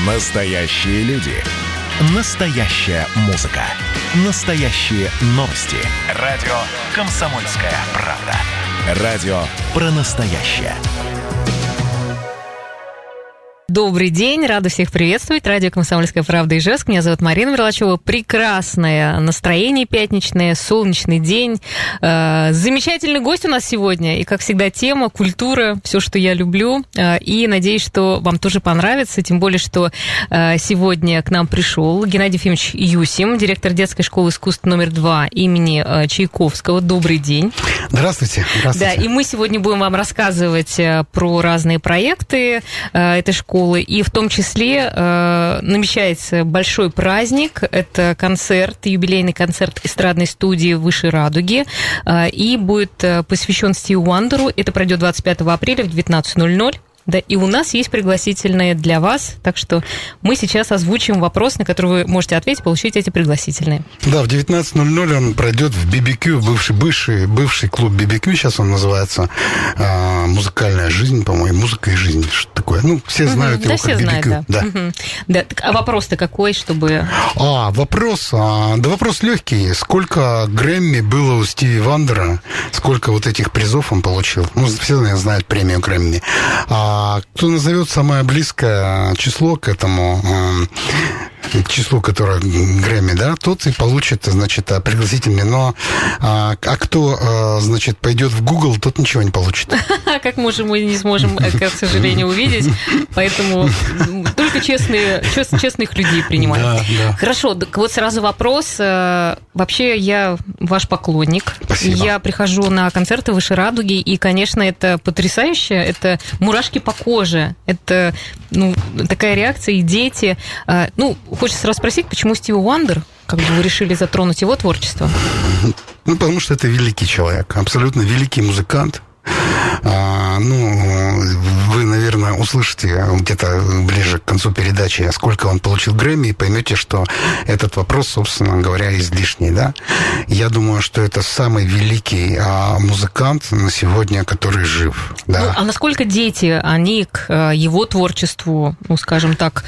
Настоящие люди. Настоящая музыка. Настоящие новости. Радио «Комсомольская правда». Радио про настоящее. Добрый день, рада всех приветствовать. Радио «Комсомольская правда» Ижевск. Меня зовут Марина Мерлачева. Прекрасное настроение пятничное, солнечный день. Замечательный гость у нас сегодня. И, как всегда, тема, культура, все, что я люблю. И надеюсь, что вам тоже понравится. Тем более, что сегодня к нам пришел Геннадий Ефимович Юсим, директор детской школы искусств номер 2 имени Чайковского. Добрый день. Здравствуйте. Здравствуйте. Да, и мы сегодня будем вам рассказывать про разные проекты этой школы. И в том числе намечается большой праздник. Это концерт, юбилейный концерт эстрадной студии «Выше радуги». И будет посвящен Стиву Вандеру. Это пройдет 25 апреля в 19:00. Да, и у нас есть пригласительные для вас, так что мы сейчас озвучим вопрос, на который вы можете ответить, получить эти пригласительные. Да, в 19:00 он пройдет в BBQ, бывший клуб BBQ, сейчас он называется «Музыкальная жизнь», по-моему, «Музыка и жизнь», что такое. Ну, все знают его все как знают, BBQ. Да. Да. А вопрос-то какой, чтобы... Вопрос легкий. Сколько Грэмми было у Стиви Вандера, сколько вот этих призов он получил? Ну, все знают премию Грэмми. Кто назовет самое близкое число к этому числу, которое Грэмми, да, тот и получит, значит, пригласительный. Но кто, значит, пойдет в Google, тот ничего не получит. Как мы не сможем, к сожалению, увидеть. Поэтому только честных людей принимают. Да. Хорошо, так вот сразу вопрос. Вообще, я ваш поклонник. Спасибо. Я прихожу на концерты «Выше радуги», и, конечно, это потрясающе. Это мурашки по коже. Это, такая реакция, и дети. Хочется сразу спросить, почему Стив Вандер? Как бы вы решили затронуть его творчество? Потому что это великий человек, абсолютно великий музыкант. Вы, наверное, услышите где-то ближе к концу передачи, сколько он получил Грэмми, и поймете, что этот вопрос, собственно говоря, излишний, да? Я думаю, что это самый великий музыкант на сегодня, который жив, да. А насколько дети, они к его творчеству, скажем так,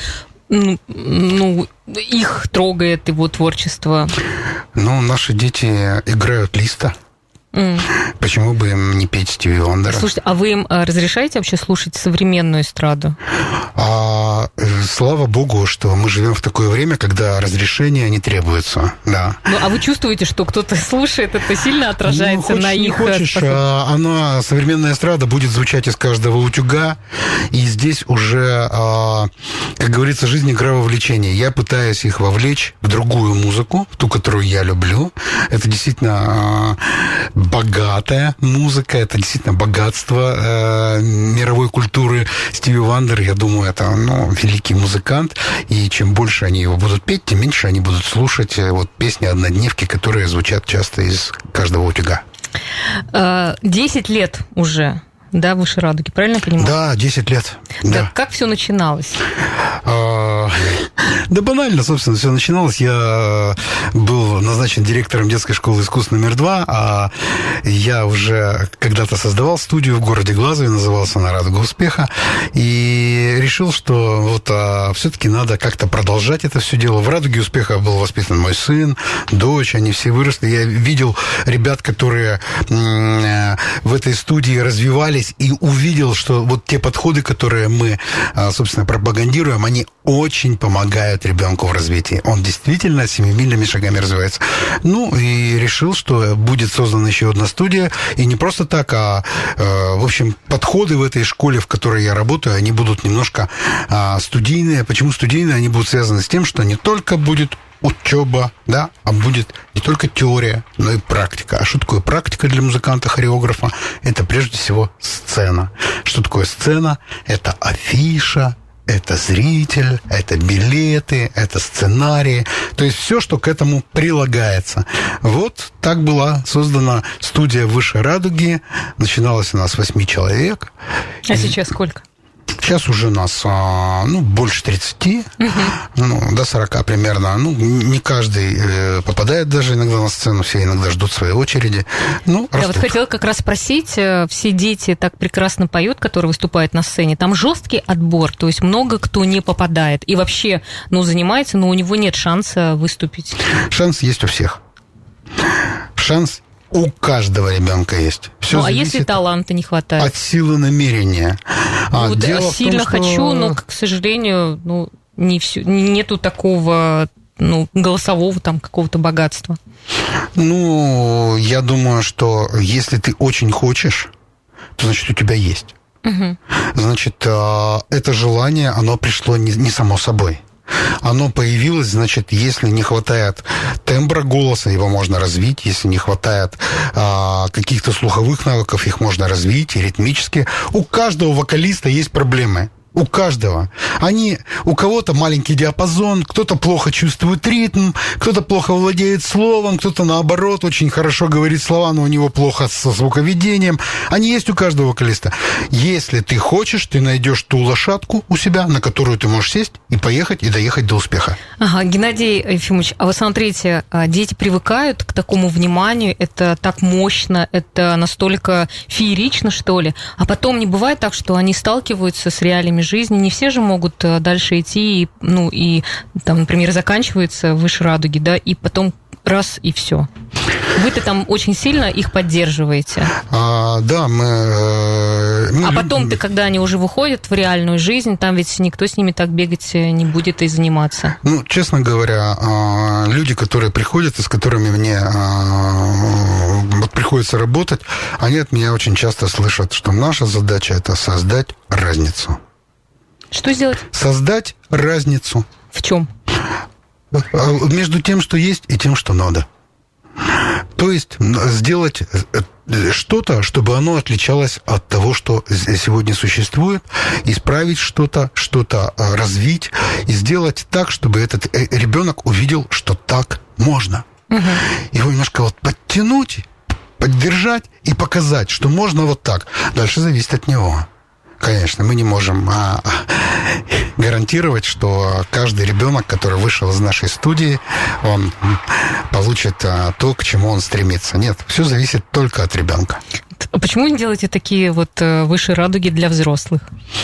их трогает его творчество? Наши дети играют Листа. Почему бы им не петь Стиви Вандера? Слушайте, а вы им разрешаете вообще слушать современную эстраду? Слава богу, что мы живем в такое время, когда разрешения не требуется, да. А вы чувствуете, что кто-то слушает, это сильно отражается на их... современная эстрада будет звучать из каждого утюга, и здесь уже, как говорится, жизнь игра вовлечения. Я пытаюсь их вовлечь в другую музыку, в ту, которую я люблю. Это действительно богатая музыка, это действительно богатство мировой культуры. Стиви Вандер, я думаю, это великий музыкант, и чем больше они его будут петь, тем меньше они будут слушать песни однодневки, которые звучат часто из каждого утюга. 10 лет уже, да, «Выше радуги», правильно понимаю? Да, 10 лет. Да. Как все начиналось? Да банально, собственно, все начиналось. Я был назначен директором детской школы искусств номер 2, а я уже когда-то создавал студию в городе Глазове, назывался она «Радуга успеха», и решил, что все-таки надо как-то продолжать это все дело. В «Радуге успеха» был воспитан мой сын, дочь, они все выросли. Я видел ребят, которые в этой студии развивались, и увидел, что те подходы, которые мы, собственно, пропагандируем, они очень помогают ребенку в развитии. Он действительно семимильными шагами развивается. И решил, что будет создана еще одна студия. И не просто так, в общем, подходы в этой школе, в которой я работаю, они будут немножко студийные. Почему студийные? Они будут связаны с тем, что не только будет учеба, да, а будет не только теория, но и практика. А что такое практика для музыканта-хореографа? Это прежде всего сцена. Что такое сцена? Это афиша, это зритель, это билеты, это сценарии. То есть все, что к этому прилагается. Вот так была создана студия «Выше радуги». Начиналась она с 8 человек. А сейчас сколько? Сейчас уже нас, больше 30, до 40 примерно. Не каждый попадает даже иногда на сцену, все иногда ждут своей очереди. Я вот хотела как раз спросить, все дети так прекрасно поют, которые выступают на сцене, там жесткий отбор, то есть много кто не попадает и вообще, занимается, но у него нет шанса выступить. Шанс есть у всех. Шанс у каждого ребенка есть. Все если таланта не хватает? От силы намерения. Сильно хочу, но, к сожалению, нету такого голосового там какого-то богатства. Я думаю, что если ты очень хочешь, то значит у тебя есть. Угу. Значит, это желание, оно пришло не само собой. Оно появилось, значит, если не хватает тембра голоса, его можно развить, если не хватает каких-то слуховых навыков, их можно развить, и ритмически. У каждого вокалиста есть проблемы. У каждого. У кого-то маленький диапазон, кто-то плохо чувствует ритм, кто-то плохо владеет словом, кто-то, наоборот, очень хорошо говорит слова, но у него плохо со звуковедением. Они есть у каждого вокалиста. Если ты хочешь, ты найдешь ту лошадку у себя, на которую ты можешь сесть и поехать, и доехать до успеха. Ага, Геннадий Ефимович, а вы смотрите, дети привыкают к такому вниманию, это так мощно, это настолько феерично, что ли, а потом не бывает так, что они сталкиваются с реалиями жизни, не все же могут дальше идти, и там, например, заканчивается выше радуги, да, и потом раз и все. Вы-то там очень сильно их поддерживаете. Да, мы... А потом-то, когда они уже выходят в реальную жизнь, там ведь никто с ними так бегать не будет и заниматься. Честно говоря, люди, которые приходят и с которыми мне приходится работать, они от меня очень часто слышат, что наша задача – это создать разницу. Что сделать? Создать разницу. В чем? Между тем, что есть, и тем, что надо. То есть сделать что-то, чтобы оно отличалось от того, что сегодня существует, исправить что-то развить и сделать так, чтобы этот ребенок увидел, что так можно. Угу. Его немножко подтянуть, поддержать и показать, что можно вот так. Дальше зависит от него. Конечно, мы не можем гарантировать, что каждый ребенок, который вышел из нашей студии, он получит то, к чему он стремится. Нет, все зависит только от ребенка. А почему не делаете такие выше радуги для взрослых?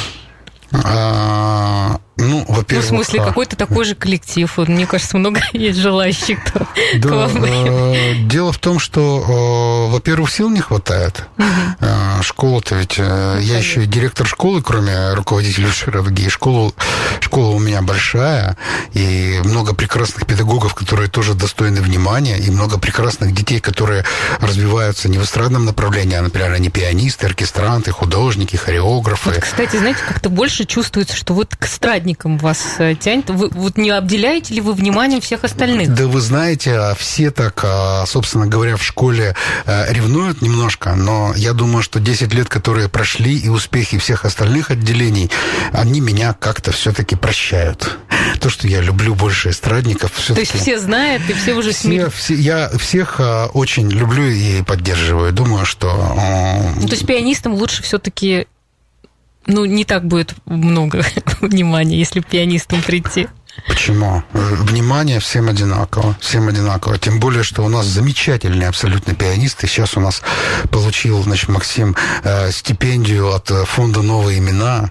Во-первых... в смысле, какой-то такой же коллектив. Мне кажется, много есть желающих, кто к вам. Дело в том, что, во-первых, сил не хватает. Угу. Школа-то ведь... Я еще и директор школы, кроме руководителя высшей радуги. Школа у меня большая, и много прекрасных педагогов, которые тоже достойны внимания, и много прекрасных детей, которые развиваются не в эстрадном направлении, а, например, они пианисты, оркестранты, художники, хореографы. Кстати, знаете, как-то больше чувствуется, что к эстрадникам вас тянет. Вы не обделяете ли вы вниманием всех остальных? Да вы знаете, все так, собственно говоря, в школе ревнуют немножко, но я думаю, что 10 лет, которые прошли, и успехи всех остальных отделений, они меня как-то все-таки прощают. То, что я люблю больше эстрадников. То есть все знают, и все уже смеются? Я всех очень люблю и поддерживаю. Думаю, что... То есть пианистам лучше все-таки... не так будет много внимания, если пианистам прийти. Почему? Внимание всем одинаково. Всем одинаково. Тем более, что у нас замечательные абсолютно пианисты. Сейчас у нас получил, Максим стипендию от фонда «Новые имена».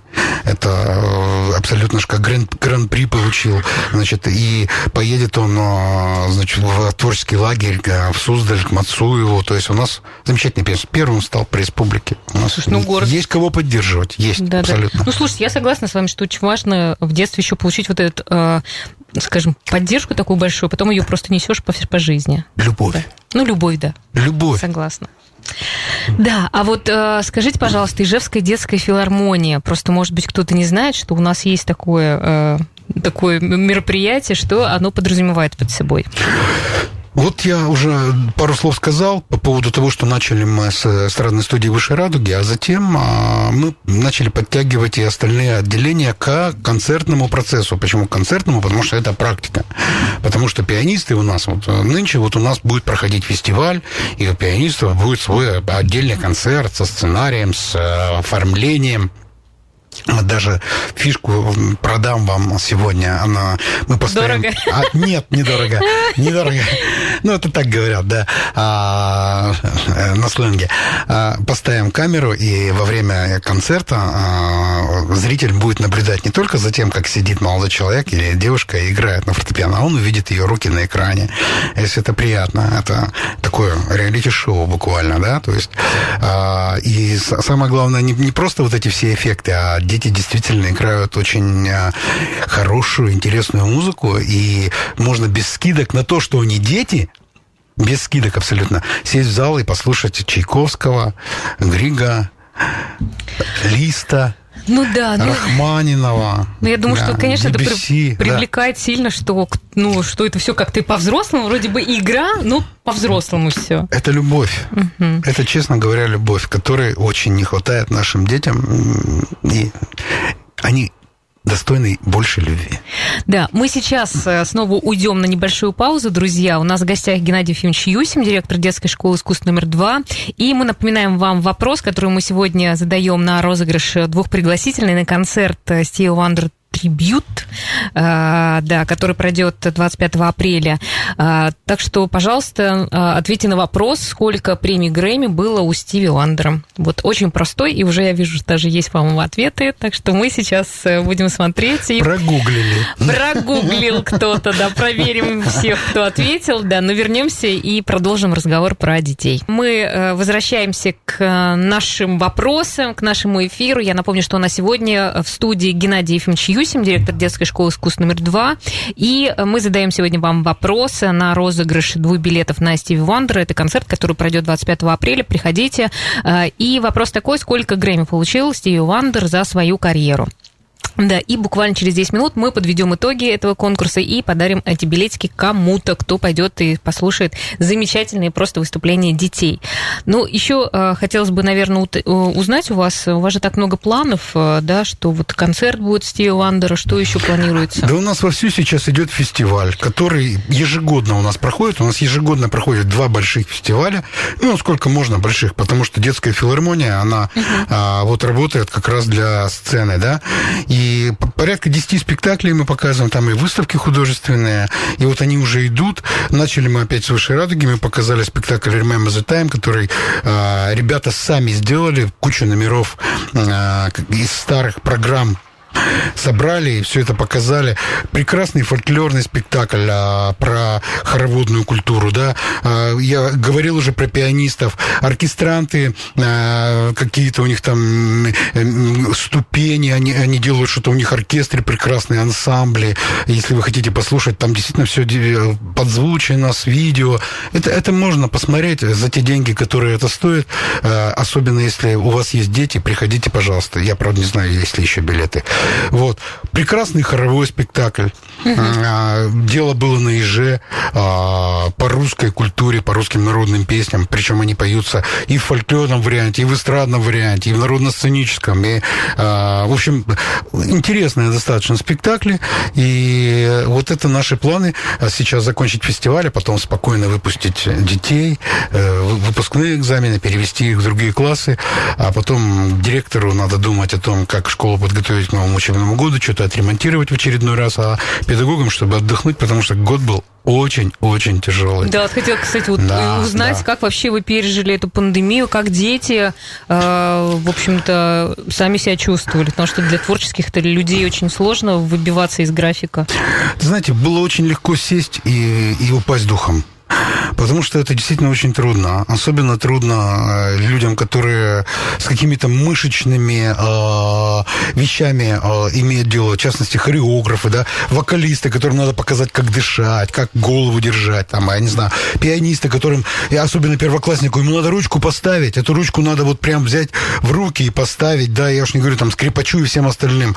Это абсолютно как гран-при получил. И поедет он, в творческий лагерь в Суздаль, к Мацуеву. То есть у нас замечательный пианист. Первым стал по республике. У нас город... Есть кого поддерживать. Есть, абсолютно. Да. Слушайте, я согласна с вами, что очень важно в детстве еще получить вот этот... скажем, поддержку такую большую, потом ее просто несешь по жизни. Любовь. Да. Любовь, да. Любовь. Согласна. Да, а вот скажите, пожалуйста, Ижевская детская филармония, просто, может быть, кто-то не знает, что у нас есть такое мероприятие, что оно подразумевает под собой? Вот я уже пару слов сказал по поводу того, что начали мы с эстрадной студии «Высшей радуги», а затем мы начали подтягивать и остальные отделения к концертному процессу. Почему к концертному? Потому что это практика. Потому что пианисты у нас, нынче у нас будет проходить фестиваль, и у пианистов будет свой отдельный концерт со сценарием, с оформлением. Даже фишку продам вам сегодня. Мы поставим... Дорого? Нет, недорого. Недорого. Ну, это так говорят, да, на сленге. Поставим камеру, и во время концерта зритель будет наблюдать не только за тем, как сидит молодой человек или девушка и играет на фортепиано, а он увидит ее руки на экране. Если это приятно, это такое реалити-шоу буквально, да, то есть... И самое главное, не просто вот эти все эффекты, а дети действительно играют очень хорошую, интересную музыку, и можно без скидок на то, что они дети, без скидок абсолютно, сесть в зал и послушать Чайковского, Грига, Листа, Рахманинова. Ну, я думаю, что, конечно, BBC, это привлекает сильно, что это все как-то и по-взрослому, вроде бы игра, но по-взрослому все. Это любовь. Угу. Это, честно говоря, любовь, которой очень не хватает нашим детям. И они достойны большей любви. Да, мы сейчас снова уйдем на небольшую паузу, друзья. У нас в гостях Геннадий Ефимович Юсин, директор детской школы искусств номер 2. И мы напоминаем вам вопрос, который мы сегодня задаем на розыгрыш 2 пригласительных на концерт Stevie Wonder Tribute, да, который пройдет 25 апреля. Так что, пожалуйста, ответьте на вопрос, сколько премий Грэмми было у Стиви Уандера. Вот очень простой, и уже я вижу, что даже есть, по-моему, ответы, так что мы сейчас будем смотреть. Прогуглили. Прогуглил кто-то, да, проверим всех, кто ответил, да, но вернемся и продолжим разговор про детей. Мы возвращаемся к нашим вопросам, к нашему эфиру. Я напомню, что у нас сегодня в студии Геннадий Ефимович Юсин, директор детской школы искусств номер 2. И мы задаем сегодня вам вопросы на розыгрыш 2 билетов на Стиви Уандера. Это концерт, который пройдет 25 апреля. Приходите. И вопрос такой: сколько Грэмми получил Стиви Уандер за свою карьеру? Да, и буквально через 10 минут мы подведем итоги этого конкурса и подарим эти билетики кому-то, кто пойдет и послушает замечательные просто выступления детей. Ну, еще хотелось бы, наверное, узнать у вас же так много планов, да, что вот концерт будет Стиви Уандера, что еще планируется? Да, у нас вовсю сейчас идет фестиваль, который ежегодно у нас проходит. У нас ежегодно проходит 2 больших фестиваля, ну, сколько можно больших, потому что детская филармония, она вот работает как раз для сцены, да, и порядка 10 спектаклей мы показываем, там и выставки художественные, и вот они уже идут. Начали мы опять с «Высшей радуги», мы показали спектакль «Remember the Time», который ребята сами сделали, кучу номеров из старых программ собрали и все это показали. Прекрасный фольклорный спектакль про хороводную культуру, да. Я говорил уже про пианистов, оркестранты, какие-то у них там ступени, они делают что-то, у них оркестры, прекрасные ансамбли. Если вы хотите послушать, там действительно все подзвучено с видео. Это можно посмотреть за те деньги, которые это стоит. Особенно если у вас есть дети, приходите, пожалуйста. Я, правда, не знаю, есть ли еще билеты. Вот. Прекрасный хоровой спектакль. Дело было на Иже по русской культуре, по русским народным песням. Причем они поются и в фольклорном варианте, и в эстрадном варианте, и в народно-сценическом. И, в общем, интересные достаточно спектакли. И вот это наши планы. Сейчас закончить фестиваль, а потом спокойно выпустить детей, выпускные экзамены, перевести их в другие классы. А потом директору надо думать о том, как школу подготовить к новому учебному году, что-то отремонтировать в очередной раз, а педагогам, чтобы отдохнуть, потому что год был очень-очень тяжелый. Да, вот хотела, кстати, узнать, как вообще вы пережили эту пандемию, как дети, в общем-то, сами себя чувствовали, потому что для творческих людей очень сложно выбиваться из графика. Знаете, было очень легко сесть и упасть духом. Потому что это действительно очень трудно. Особенно трудно людям, которые с какими-то мышечными вещами имеют дело, в частности, хореографы, да, вокалисты, которым надо показать, как дышать, как голову держать, там, я не знаю, пианисты, которым, и особенно первокласснику, ему надо ручку поставить, эту ручку надо вот прям взять в руки и поставить, да, я уж не говорю там скрипачу и всем остальным.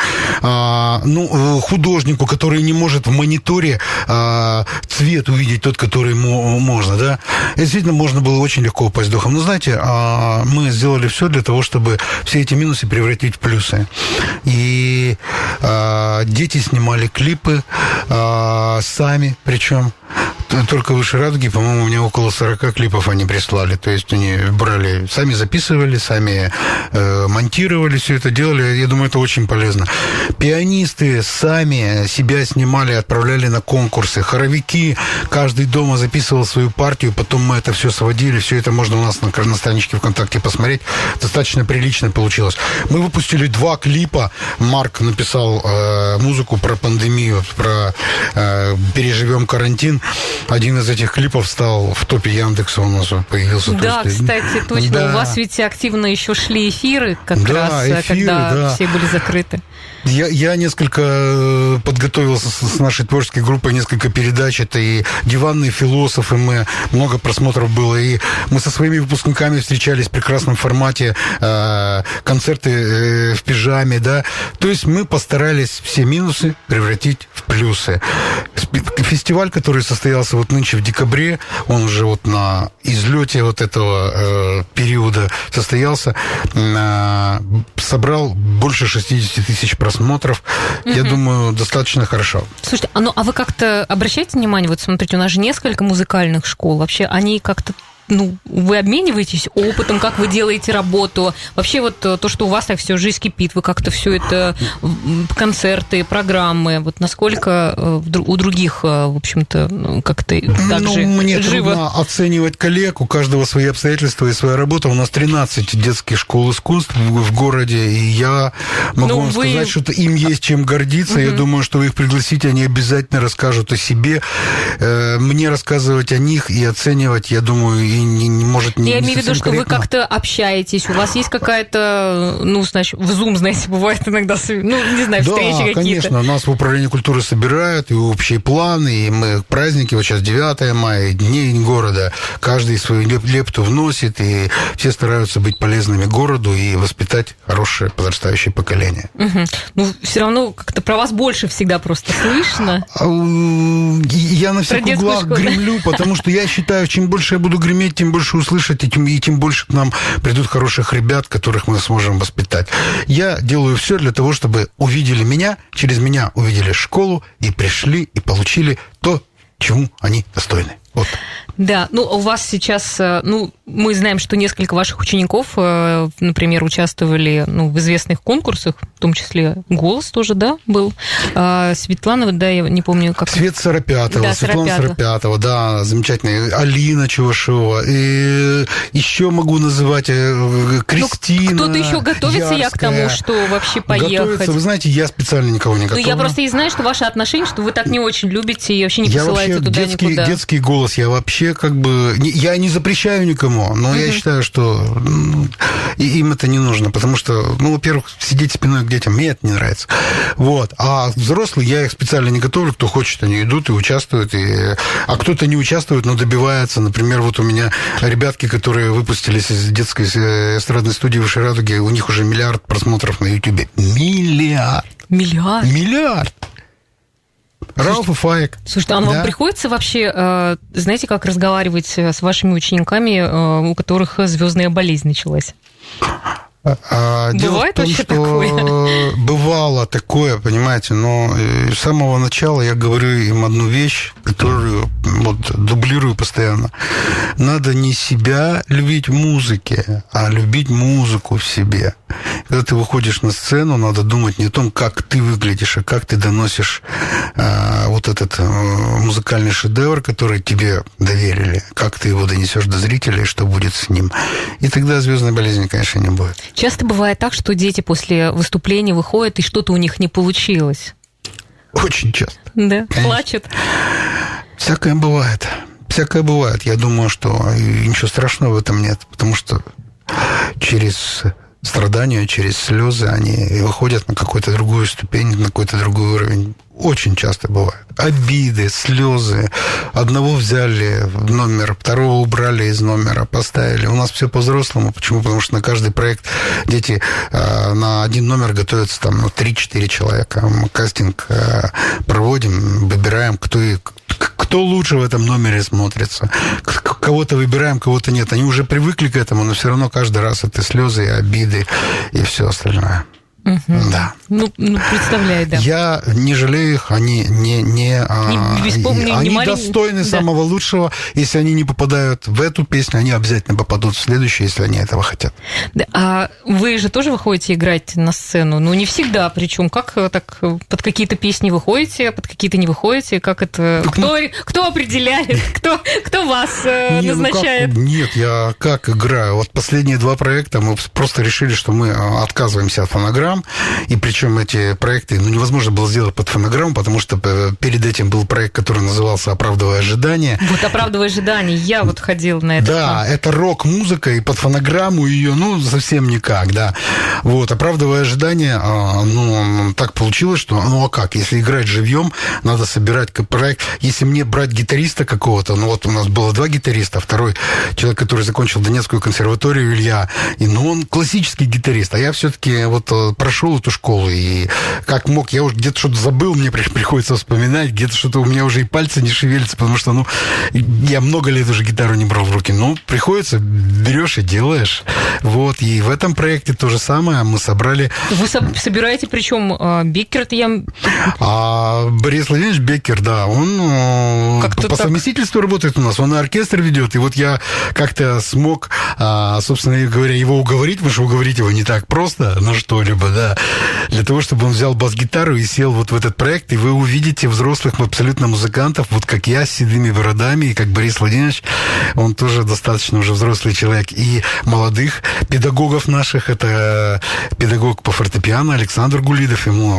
Художнику, который не может в мониторе цвет увидеть, тот, который можно, да. И действительно, можно было очень легко упасть духом. Но, знаете, мы сделали все для того, чтобы все эти минусы превратить в плюсы. И дети снимали клипы сами, причем. только «Выше радуги», по-моему, у меня около 40 клипов они прислали. То есть они брали, сами записывали, сами монтировали, все это делали. Я думаю, это очень полезно. Пианисты сами себя снимали, отправляли на конкурсы. Хоровики, каждый дома записывал свою партию, потом мы это все сводили. Все это можно у нас на страничке ВКонтакте посмотреть. Достаточно прилично получилось. Мы выпустили 2 клипа. Марк написал музыку про пандемию, про «Переживем карантин». Один из этих клипов стал в топе Яндекса, у нас появился. Да, кстати, точно. Да. У вас ведь активно еще шли эфиры, как раз, когда все были закрыты. Я несколько подготовился с нашей творческой группой, несколько передач. Это и «Диванные философы», много просмотров было. И мы со своими выпускниками встречались в прекрасном формате, концерты в пижаме, да. То есть мы постарались все минусы превратить в плюсы. Фестиваль, который состоялся вот нынче в декабре, он уже вот на излете вот этого периода состоялся, собрал больше 60 тысяч просмотров. Я думаю, достаточно хорошо. Слушайте, а вы как-то обращаете внимание, вот смотрите, у нас же несколько музыкальных школ, вообще они как-то, вы обмениваетесь опытом, как вы делаете работу? Вообще вот то, что у вас так все жизнь кипит, вы как-то все это, концерты, программы, вот насколько у других, в общем-то, как-то так же мне живо? Трудно оценивать коллег, у каждого свои обстоятельства и своя работа. У нас 13 детских школ искусств в городе, и я могу вам сказать, что им есть чем гордиться. Я думаю, что вы их пригласите, они обязательно расскажут о себе. Мне рассказывать о них и оценивать, я думаю, может не Я имею в виду, что корректно. вы как-то общаетесь, у вас есть какая-то, значит, в Zoom, знаете, бывает иногда, не знаю, встречи какие-то. Да, конечно, нас в управлении культуры собирают, и общие планы, и мы праздники, вот сейчас 9 мая, День города, каждый свою лепту вносит, и все стараются быть полезными городу и воспитать хорошее подрастающее поколение. Все равно как-то про вас больше всегда просто слышно. Я на всех углах гремлю, потому что я считаю, чем больше я буду греметь, тем больше услышать, и тем больше к нам придут хороших ребят, которых мы сможем воспитать. Я делаю все для того, чтобы увидели меня, через меня увидели школу, и пришли, и получили то, чему они достойны. Вот. Да, у вас сейчас, мы знаем, что несколько ваших учеников, например, участвовали в известных конкурсах, в том числе «Голос» тоже, да, был. Светлана, да, я не помню, как... Свет Сыропятова, да, Светлана Сыропятова, да, замечательная. Алина Чувашова. И еще могу называть Кристина. Кто-то еще готовится, Ярская. Я к тому, что вообще поехать. Готовится, вы знаете, я специально никого не готовлю. Я просто и знаю, что ваше отношение, что вы так не очень любите и вообще не посылаете туда никуда. Детский голос, я вообще я не запрещаю никому, но я считаю, что им это не нужно, потому что, во-первых, сидеть спиной к детям мне это не нравится. Вот. А взрослые я их специально не готовлю, кто хочет, они идут и участвуют, а кто-то не участвует, но добивается. Например, вот у меня ребятки, которые выпустились из детской эстрадной студии «Выше радуги», у них уже 1 миллиард просмотров на Ютубе. 1 миллиард! Миллиард! Рауф и Фаик. Слушайте, вам приходится вообще, знаете, как разговаривать с вашими учениками, у которых звездная болезнь началась? Дело в том, что такое? Бывало такое, понимаете, но с самого начала я говорю им одну вещь, которую дублирую постоянно. Надо не себя любить в музыке, а любить музыку в себе. Когда ты выходишь на сцену, надо думать не о том, как ты выглядишь, а как ты доносишь вот этот музыкальный шедевр, который тебе доверили, как ты его донесешь до зрителя и что будет с ним. И тогда звездной болезни, конечно, не будет. Часто бывает так, что дети после выступления выходят, и что-то у них не получилось. Очень часто. Да, конечно. Плачут. Всякое бывает. Всякое бывает. Я думаю, что ничего страшного в этом нет, потому что через страдания, через слезы они выходят на какую-то другую ступень, на какой-то другой уровень. Очень часто бывает. Обиды, слезы. Одного взяли в номер, второго убрали из номера, поставили. У нас все по-взрослому. Почему? Потому что на каждый проект дети на один номер готовятся 3-4 человека. Мы кастинг проводим, выбираем, кто лучше в этом номере смотрится. Кого-то выбираем, кого-то нет. Они уже привыкли к этому, но все равно каждый раз это слезы и обиды и все остальное. Да. Ну, представляю, да. Я не жалею их, они они достойны самого лучшего. Если они не попадают в эту песню, они обязательно попадут в следующую, если они этого хотят. Да, а вы же тоже выходите играть на сцену? Ну, не всегда, причем как так под какие-то песни выходите, под какие-то не выходите? Как это? Кто определяет? Кто вас назначает? Нет, я как играю? Вот последние 2 проекта мы просто решили, что мы отказываемся от фонограмм, и причем эти проекты невозможно было сделать под фонограмму, потому что перед этим был проект, который назывался «Оправдывая ожидания». Вот «Оправдывая ожидания», я вот ходила на это. Да, это рок-музыка, и под фонограмму ее, совсем никак, да. Вот, «Оправдывая ожидания», так получилось, что, а как, если играть живьем, надо собирать проект. Если мне брать гитариста какого-то, вот у нас было 2 гитариста, второй человек, который закончил Донецкую консерваторию, Илья, он классический гитарист, а я все-таки вот прошел эту школу, и как мог, я уже где-то что-то забыл, мне приходится вспоминать, где-то что-то у меня уже и пальцы не шевелятся, потому что, я много лет уже гитару не брал в руки, приходится, берешь и делаешь. Вот, и в этом проекте то же самое, мы собрали... Вы собираете, причем Беккер-то я... Борис Владимирович Беккер, да, он по совместительству работает у нас, он и оркестр ведет, и вот я как-то смог, собственно говоря, его уговорить, потому что уговорить его не так просто на что-либо, да, для того, чтобы он взял бас-гитару и сел вот в этот проект, и вы увидите взрослых абсолютно музыкантов, вот как я, с седыми бородами, и как Борис Владимирович, он тоже достаточно уже взрослый человек, и молодых педагогов наших, это педагог по фортепиано Александр Гулидов, ему,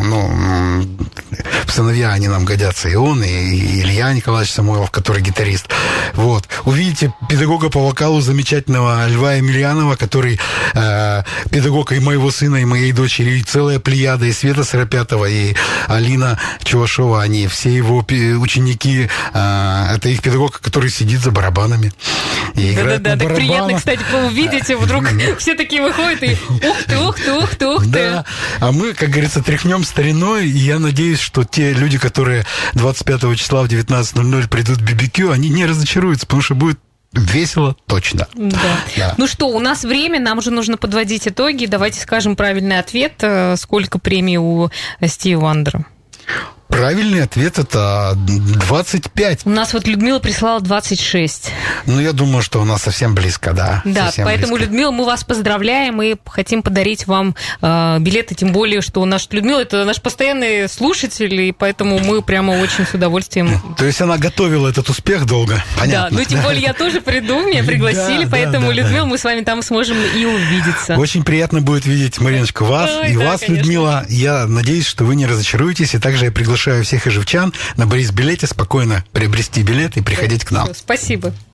в сыновья они нам годятся, и он, и Илья Николаевич Самойлов, который гитарист. Вот. Увидите педагога по вокалу замечательного Льва Емельянова, который педагог и моего сына, и моей дочери, и целая плеяда, и Света Сыропятова, и Алина Чувашова, они все его ученики, это их педагог, который сидит за барабанами и играет на барабанах. Так приятно, кстати, увидите, вдруг все такие выходят, и ух ты. Да, а мы, как говорится, тряхнем стариной, и я надеюсь, что те люди, которые 25 числа в 19:00 придут в BBQ, они не разочаруются, потому что будет весело точно. Да. Ну что, у нас время, нам уже нужно подводить итоги. Давайте скажем правильный ответ. Сколько премий у Стиви Вандера? Правильный ответ – это 25. У нас вот Людмила прислала 26. Я думаю, что у нас совсем близко, да. Да, поэтому, близко. Людмила, мы вас поздравляем и хотим подарить вам билеты, тем более, что наша Людмила – это наш постоянный слушатель, и поэтому мы прямо очень с удовольствием... То есть она готовила этот успех долго, понятно. Да, тем более я тоже приду, меня пригласили, поэтому, Людмила, мы с вами там сможем и увидеться. Очень приятно будет видеть, Мариночка, вас и вас, конечно. Людмила. Я надеюсь, что вы не разочаруетесь, и также я приглашаю всех ижевчан на Борис-билете спокойно приобрести билет и приходить к нам. Спасибо.